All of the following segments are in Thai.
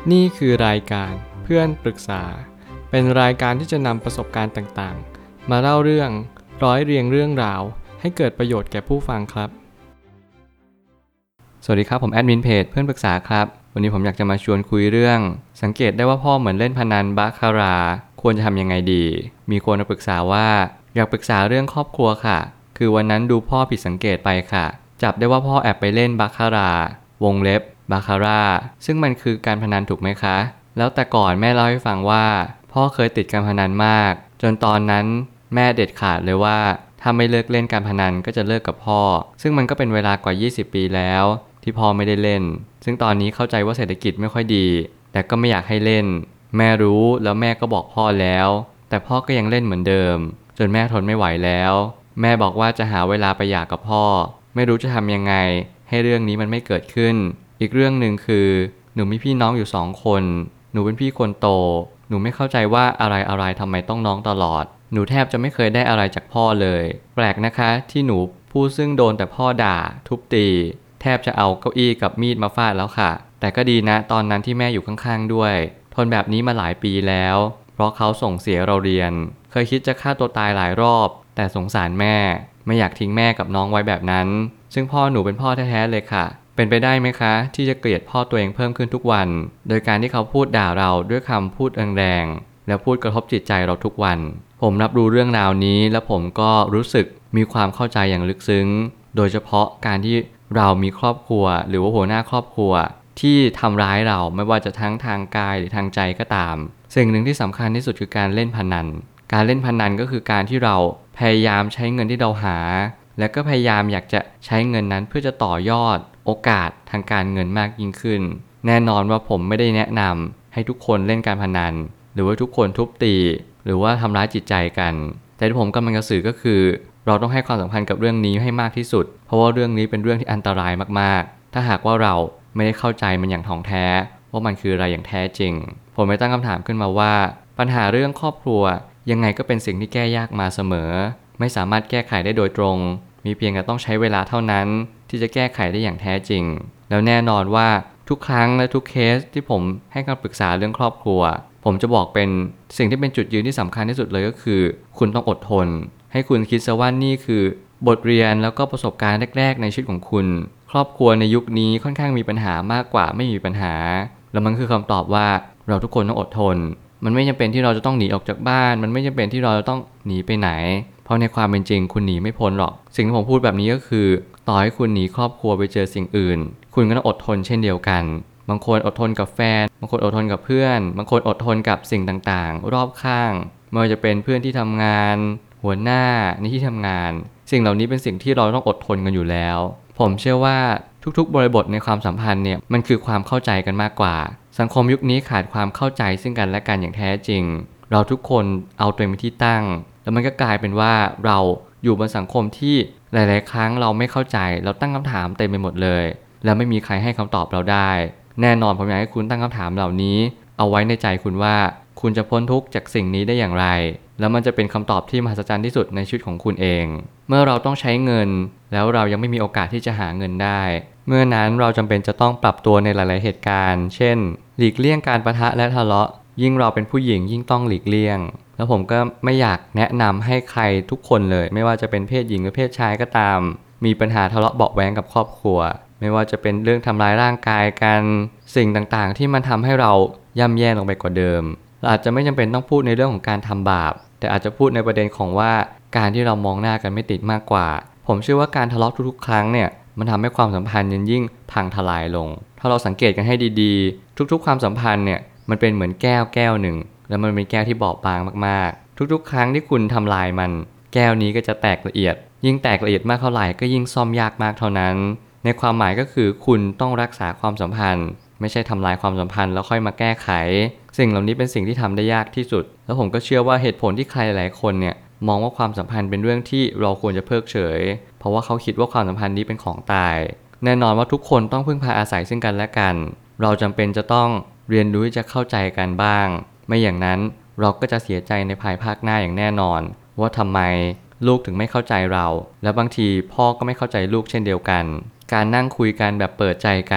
นี่คือรายการเพื่อนปรึกษาเป็นรายการที่จะนำประสบการณ์ต่างๆมาเล่าเรื่องร้อยเรียงเรื่องราวให้เกิดประโยชน์แก่ผู้ฟังครับสวัสดีครับผมแอดมินเพจเพื่อนปรึกษาครับวันนี้ผมอยากจะมาชวนคุยเรื่องสังเกตได้ว่าพ่อเหมือนเล่นพนันบาคาราควรจะทำยังไงดีมีคนมาปรึกษาว่าอยากปรึกษาเรื่องครอบครัวค่ะคือวันนั้นดูพ่อผิดสังเกตไปค่ะจับได้ว่าพ่อแอบไปเล่นบาคาราวงเล็บบาคาร่าซึ่งมันคือการพนันถูกไหมคะแล้วแต่ก่อนแม่เล่าให้ฟังว่าพ่อเคยติดการพนันมากจนตอนนั้นแม่เด็ดขาดเลยว่าถ้าไม่เลิกเล่นการพนันก็จะเลิกกับพ่อซึ่งมันก็เป็นเวลากว่า20ปีแล้วที่พ่อไม่ได้เล่นซึ่งตอนนี้เข้าใจว่าเศรษฐกิจไม่ค่อยดีแต่ก็ไม่อยากให้เล่นแม่รู้แล้วแม่ก็บอกพ่อแล้วแต่พ่อก็ยังเล่นเหมือนเดิมจนแม่ทนไม่ไหวแล้วแม่บอกว่าจะหาเวลาไปหย่ากับพ่อไม่รู้จะทำยังไงให้เรื่องนี้มันไม่เกิดขึ้นอีกเรื่องหนึ่งคือหนูมีพี่น้องอยู่2 คนหนูเป็นพี่คนโตหนูไม่เข้าใจว่าอะไรทำไมต้องน้องตลอดหนูแทบจะไม่เคยได้อะไรจากพ่อเลยแปลกนะคะที่หนูผู้ซึ่งโดนแต่พ่อด่าทุบตีแทบจะเอาเก้าอี้กับมีดมาฟาดแล้วค่ะแต่ก็ดีนะตอนนั้นที่แม่อยู่ข้างๆด้วยทนแบบนี้มาหลายปีแล้วเพราะเขาส่งเสียเราเรียนเคยคิดจะฆ่าตัวตายหลายรอบแต่สงสารแม่ไม่อยากทิ้งแม่กับน้องไว้แบบนั้นซึ่งพ่อหนูเป็นพ่อแท้ๆเลยค่ะเป็นไปได้ไหมคะที่จะเกลียดพ่อตัวเองเพิ่มขึ้นทุกวันโดยการที่เขาพูดด่าเราด้วยคำพูดแรงๆแล้วพูดกระทบจิตใจเราทุกวันผมรับรู้เรื่องราวนี้และผมก็รู้สึกมีความเข้าใจอย่างลึกซึ้งโดยเฉพาะการที่เรามีครอบครัวหรือว่าหัวหน้าครอบครัวที่ทำร้ายเราไม่ว่าจะทั้งทางกายหรือทางใจก็ตามสิ่งหนึ่งที่สำคัญที่สุดคือการเล่นพนันการเล่นพนันก็คือการที่เราพยายามใช้เงินที่เราหาและก็พยายามอยากจะใช้เงินนั้นเพื่อจะต่อยอดโอกาสทางการเงินมากยิ่งขึ้นแน่นอนว่าผมไม่ได้แนะนำให้ทุกคนเล่นการพนันหรือว่าทุกคนทุบตีหรือว่าทำร้ายจิตใจกันแต่ที่ผมกำลังจะสื่อก็คือเราต้องให้ความสำคัญกับเรื่องนี้ให้มากที่สุดเพราะว่าเรื่องนี้เป็นเรื่องที่อันตรายมากๆถ้าหากว่าเราไม่ได้เข้าใจมันอย่างถ่องแท้ว่ามันคืออะไรอย่างแท้จริงผมไม่ตั้งคำถามขึ้นมาว่าปัญหาเรื่องครอบครัวยังไงก็เป็นสิ่งที่แก้ยากมาเสมอไม่สามารถแก้ไขได้โดยตรงมีเพียงแต่ต้องใช้เวลาเท่านั้นที่จะแก้ไขได้อย่างแท้จริงแล้วแน่นอนว่าทุกครั้งและทุกเคสที่ผมให้คำปรึกษาเรื่องครอบครัวผมจะบอกเป็นสิ่งที่เป็นจุดยืนที่สำคัญที่สุดเลยก็คือคุณต้องอดทนให้คุณคิดซะว่านี่คือบทเรียนแล้วก็ประสบการณ์แรกๆในชีวิตของคุณครอบครัวในยุคนี้ค่อนข้างมีปัญหามากกว่าไม่มีปัญหาแล้วมันคือคำตอบว่าเราทุกคนต้องอดทนมันไม่จำเป็นที่เราจะต้องหนีออกจากบ้านมันไม่จำเป็นที่เราจะต้องหนีไปไหนเพราะในความเป็นจริงคุณหนีไม่พ้นหรอกสิ่งที่ผมพูดแบบนี้ก็คือต่อให้คุณหนีครอบครัวไปเจอสิ่งอื่นคุณก็ต้องอดทนเช่นเดียวกันบางคนอดทนกับแฟนบางคนอดทนกับเพื่อนบางคนอดทนกับสิ่งต่างๆรอบข้างไม่ว่าจะเป็นเพื่อนที่ทำงานหัวหน้าในที่ทำงานสิ่งเหล่านี้เป็นสิ่งที่เราต้องอดทนกันอยู่แล้วผมเชื่อว่าทุกๆบริบทในความสัมพันธ์เนี่ยมันคือความเข้าใจกันมากกว่าสังคมยุคนี้ขาดความเข้าใจซึ่งกันและกันอย่างแท้จริงเราทุกคนเอาตัวเองเป็นที่ตั้งแล้วมันก็กลายเป็นว่าเราอยู่บนสังคมที่หลายๆครั้งเราไม่เข้าใจเราตั้งคำถามเต็มไปหมดเลยแล้วไม่มีใครให้คำตอบเราได้แน่นอนผมอยากให้คุณตั้งคำถามเหล่านี้เอาไว้ในใจคุณว่าคุณจะพ้นทุกข์จากสิ่งนี้ได้อย่างไรแล้วมันจะเป็นคำตอบที่มหัศจรรย์ที่สุดในชีวิตของคุณเองเมื่อเราต้องใช้เงินแล้วเรายังไม่มีโอกาสที่จะหาเงินได้เมื่อนั้นเราจำเป็นจะต้องปรับตัวในหลายๆเหตุการณ์เช่นหลีกเลี่ยงการปะทะและทะเลาะยิ่งเราเป็นผู้หญิงยิ่งต้องหลีกเลี่ยงแล้วผมก็ไม่อยากแนะนำให้ใครทุกคนเลยไม่ว่าจะเป็นเพศหญิงหรือเพศชายก็ตามมีปัญหาทะเลาะเบาะแว้งกับครอบครัวไม่ว่าจะเป็นเรื่องทำร้ายร่างกายกันสิ่งต่างๆที่มันทำให้เราย่ำแย่ลงไปกว่าเดิมเราอาจจะไม่จำเป็นต้องพูดในเรื่องของการทำบาปแต่อาจจะพูดในประเด็นของว่าการที่เรามองหน้ากันไม่ติดมากกว่าผมเชื่อว่าการทะเลาะทุกๆครั้งเนี่ยมันทำให้ความสัมพันธ์ยิ่งพังทลายลงถ้าเราสังเกตกันให้ดีๆทุกๆความสัมพันธ์เนี่ยมันเป็นเหมือนแก้วหนึ่งแล้วมันเป็นแก้วที่บอบบางมากๆทุกๆครั้งที่คุณทำลายมันแก้วนี้ก็จะแตกละเอียดยิ่งแตกละเอียดมากเท่าไหร่ก็ยิ่งซ่อมยากมากเท่านั้นในความหมายก็คือคุณต้องรักษาความสัมพันธ์ไม่ใช่ทำลายความสัมพันธ์แล้วค่อยมาแก้ไขสิ่งเหล่านี้เป็นสิ่งที่ทำได้ยากที่สุดแล้วผมก็เชื่อว่าเหตุผลที่ใครหลายคนเนี่ยมองว่าความสัมพันธ์เป็นเรื่องที่เราควรจะเพิกเฉยเพราะว่าเขาคิดว่าความสัมพันธ์นี้เป็นของตายแน่นอนว่าทุกคนต้องพึ่งพาอาศัยซึ่งกันและกันเราจำเป็นจะต้องเรียนรู้ที่จะเข้าใจกันบ้างไม่อย่างนั้นเราก็จะเสียใจในภายภาคหน้าอย่างแน่นอนว่าทำไมลูกถึงไม่เข้าใจเราและบางทีพ่อก็ไม่เข้าใจลูกเช่นเดียวกันการนั่งคุยกันแบบเปิดใจกัน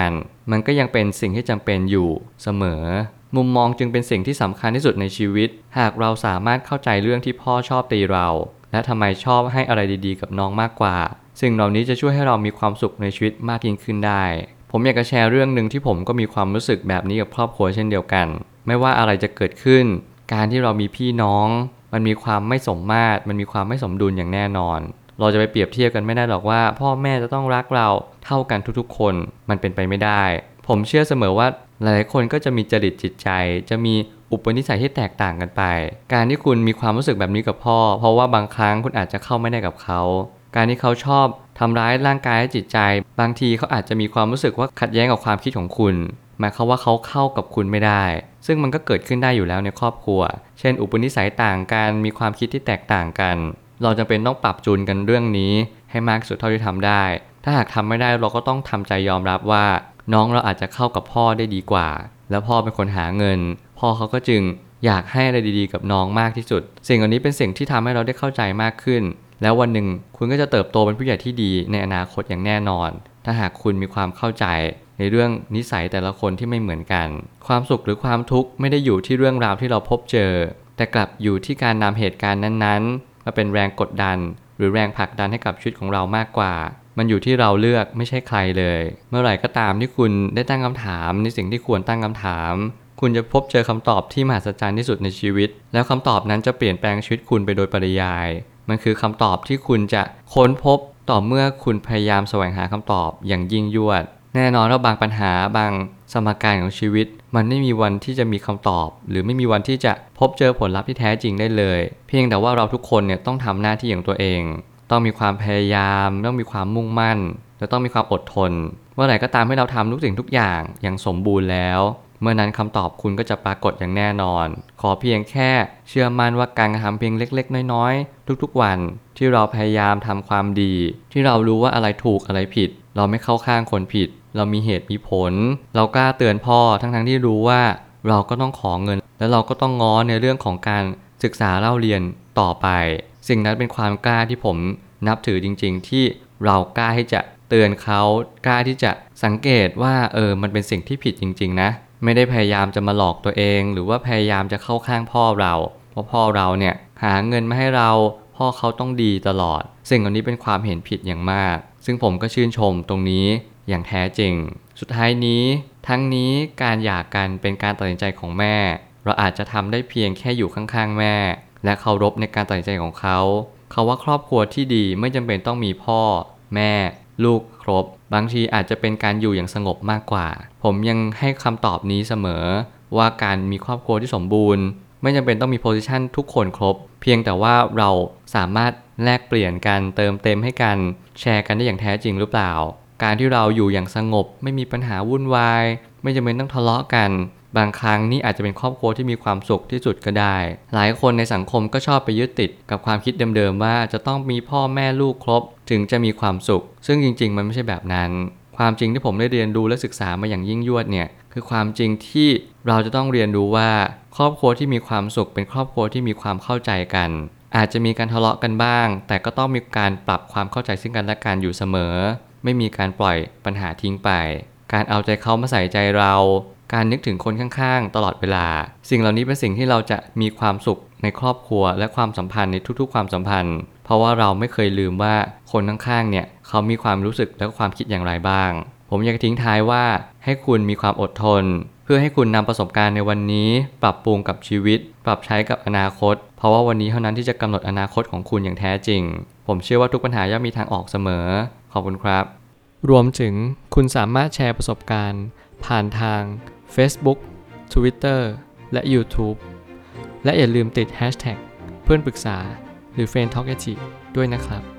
มันก็ยังเป็นสิ่งที่จำเป็นอยู่เสมอมุมมองจึงเป็นสิ่งที่สำคัญที่สุดในชีวิตหากเราสามารถเข้าใจเรื่องที่พ่อชอบตีเราและทำไมชอบให้อะไรดีๆกับน้องมากกว่าสิ่งเหล่านี้จะช่วยให้เรามีความสุขในชีวิตมากยิ่งขึ้นได้ผมอยากจะแชร์เรื่องหนึ่งที่ผมก็มีความรู้สึกแบบนี้กับครอบครัวเช่นเดียวกันไม่ว่าอะไรจะเกิดขึ้นการที่เรามีพี่น้องมันมีความไม่สมมาตรมันมีความไม่สมดุลอย่างแน่นอนเราจะไปเปรียบเทียบกันไม่ได้หรอกว่าพ่อแม่จะต้องรักเราเท่ากันทุกๆคนมันเป็นไปไม่ได้ผมเชื่อเสมอว่าหลายๆคนก็จะมีจริตจิตใจจะมีอุปนิสัยที่แตกต่างกันไปการที่คุณมีความรู้สึกแบบนี้กับพ่อเพราะว่าบางครั้งคุณอาจจะเข้าไม่ได้กับเขาการที่เขาชอบทำร้ายร่างกายและจิตใจบางทีเขาอาจจะมีความรู้สึกว่าขัดแย้งกับความคิดของคุณหมายความว่าเขาเข้ากับคุณไม่ได้ซึ่งมันก็เกิดขึ้นได้อยู่แล้วในครอบครัวเช่นอุปนิสัยต่างกันมีความคิดที่แตกต่างกันเราจำเป็นต้องปรับจูนกันเรื่องนี้ให้มากสุดเท่าที่ทำได้ถ้าหากทำไม่ได้เราก็ต้องทำใจยอมรับว่าน้องเราอาจจะเข้ากับพ่อได้ดีกว่าแล้วพ่อเป็นคนหาเงินพ่อเขาก็จึงอยากให้อะไรดีๆกับน้องมากที่สุดสิ่งเหล่านี้เป็นสิ่งที่ทำให้เราได้เข้าใจมากขึ้นแล้ววันหนึ่งคุณก็จะเติบโตเป็นผู้ใหญ่ที่ดีในอนาคตอย่างแน่นอนถ้าหากคุณมีความเข้าใจในเรื่องนิสัยแต่ละคนที่ไม่เหมือนกันความสุขหรือความทุกข์ไม่ได้อยู่ที่เรื่องราวที่เราพบเจอแต่กลับอยู่ที่การนำเหตุการณ์นั้นๆมาเป็นแรงกดดันหรือแรงผลักดันให้กับชีวิตของเรามากกว่ามันอยู่ที่เราเลือกไม่ใช่ใครเลยเมื่อไหร่ก็ตามที่คุณได้ตั้งคำถามในสิ่งที่ควรตั้งคำถามคุณจะพบเจอคำตอบที่มหัศจรรย์ที่สุดในชีวิตแล้วคำตอบนั้นจะเปลี่ยนแปลงชีวิตคุณไปโดยปริยายมันคือคำตอบที่คุณจะค้นพบต่อเมื่อคุณพยายามแสวงหาคำตอบอย่างยิ่งยวดแน่นอนว่าบางปัญหาบางสมการของชีวิตมันไม่มีวันที่จะมีคำตอบหรือไม่มีวันที่จะพบเจอผลลัพธ์ที่แท้จริงได้เลยเพียงแต่ว่าเราทุกคนเนี่ยต้องทำหน้าที่ของตัวเองต้องมีความพยายามต้องมีความมุ่งมั่นและต้องมีความอดทนเมื่อไหร่ก็ตามให้เราทำทุกสิ่งทุกอย่างอย่างสมบูรณ์แล้วเมื่อนั้นคำตอบคุณก็จะปรากฏอย่างแน่นอนขอเพียงแค่เชื่อมั่นว่าการกระทำเพียงเล็กๆน้อยๆทุกๆวันที่เราพยายามทำความดีที่เรารู้ว่าอะไรถูกอะไรผิดเราไม่เข้าข้างคนผิดเรามีเหตุมีผลเรากล้าเตือนพ่อทั้งที่รู้ว่าเราก็ต้องขอเงินและเราก็ต้องง้อในเรื่องของการศึกษาเล่าเรียนต่อไปสิ่งนั้นเป็นความกล้าที่ผมนับถือจริงๆที่เรากล้าที่จะเตือนเขากล้าที่จะสังเกตว่ามันเป็นสิ่งที่ผิดจริงๆนะไม่ได้พยายามจะมาหลอกตัวเองหรือว่าพยายามจะเข้าข้างพ่อเราเพราะพ่อเราเนี่ยหาเงินมาให้เราพ่อเขาต้องดีตลอดสิ่งเหล่านี้เป็นความเห็นผิดอย่างมากซึ่งผมก็ชื่นชมตรงนี้อย่างแท้จริงสุดท้ายนี้ทั้งนี้การหย่ากันเป็นการตัดสินใจของแม่เราอาจจะทำได้เพียงแค่อยู่ข้างๆแม่และเคารพในการตัดสินใจของเขาว่าครอบครัวที่ดีไม่จำเป็นต้องมีพ่อแม่ลูกครบบางทีอาจจะเป็นการอยู่อย่างสงบมากกว่าผมยังให้คำตอบนี้เสมอว่าการมีครอบครัวที่สมบูรณ์ไม่จำเป็นต้องมีโพสิชันทุกคนครบเพียงแต่ว่าเราสามารถแลกเปลี่ยนกันเติมเต็มให้กันแชร์กันได้อย่างแท้จริงหรือเปล่าการที่เราอยู่อย่างสงบไม่มีปัญหาวุ่นวายไม่จำเป็นต้องทะเลาะกันบางครั้งนี่อาจจะเป็นครอบครัวที่มีความสุขที่สุดก็ได้หลายคนในสังคมก็ชอบไปยึดติดกับความคิดเดิมๆว่าจะต้องมีพ่อแม่ลูกครบถึงจะมีความสุขซึ่งจริงๆมันไม่ใช่แบบนั้นความจริงที่ผมได้เรียนรู้และศึกษามาอย่างยิ่งยวดเนี่ยคือความจริงที่เราจะต้องเรียนรู้ว่าครอบครัวที่มีความสุขเป็นครอบครัวที่มีความเข้าใจกันอาจจะมีการทะเลาะกันบ้างแต่ก็ต้องมีการปรับความเข้าใจซึ่งกันและกันอยู่เสมอไม่มีการปล่อยปัญหาทิ้งไปการเอาใจเขามาใส่ใจเราการนึกถึงคนข้างๆตลอดเวลาสิ่งเหล่านี้เป็นสิ่งที่เราจะมีความสุขในครอบครัวและความสัมพันธ์ในทุกๆความสัมพันธ์เพราะว่าเราไม่เคยลืมว่าคนข้างๆเนี่ยเขามีความรู้สึกและความคิดอย่างไรบ้างผมอยากทิ้งท้ายว่าให้คุณมีความอดทนเพื่อให้คุณนำประสบการณ์ในวันนี้ปรับปรุงกับชีวิตปรับใช้กับอนาคตเพราะว่าวันนี้เท่านั้นที่จะกำหนดอนาคตของคุณอย่างแท้จริงผมเชื่อว่าทุกปัญหาย่อมมีทางออกเสมอขอบคุณครับรวมถึงคุณสามารถแชร์ประสบการณ์ผ่านทาง Facebook Twitter และ YouTube และอย่าลืมติด Hashtag เพื่อนปรึกษาหรือ Friend Talkative ด้วยนะครับ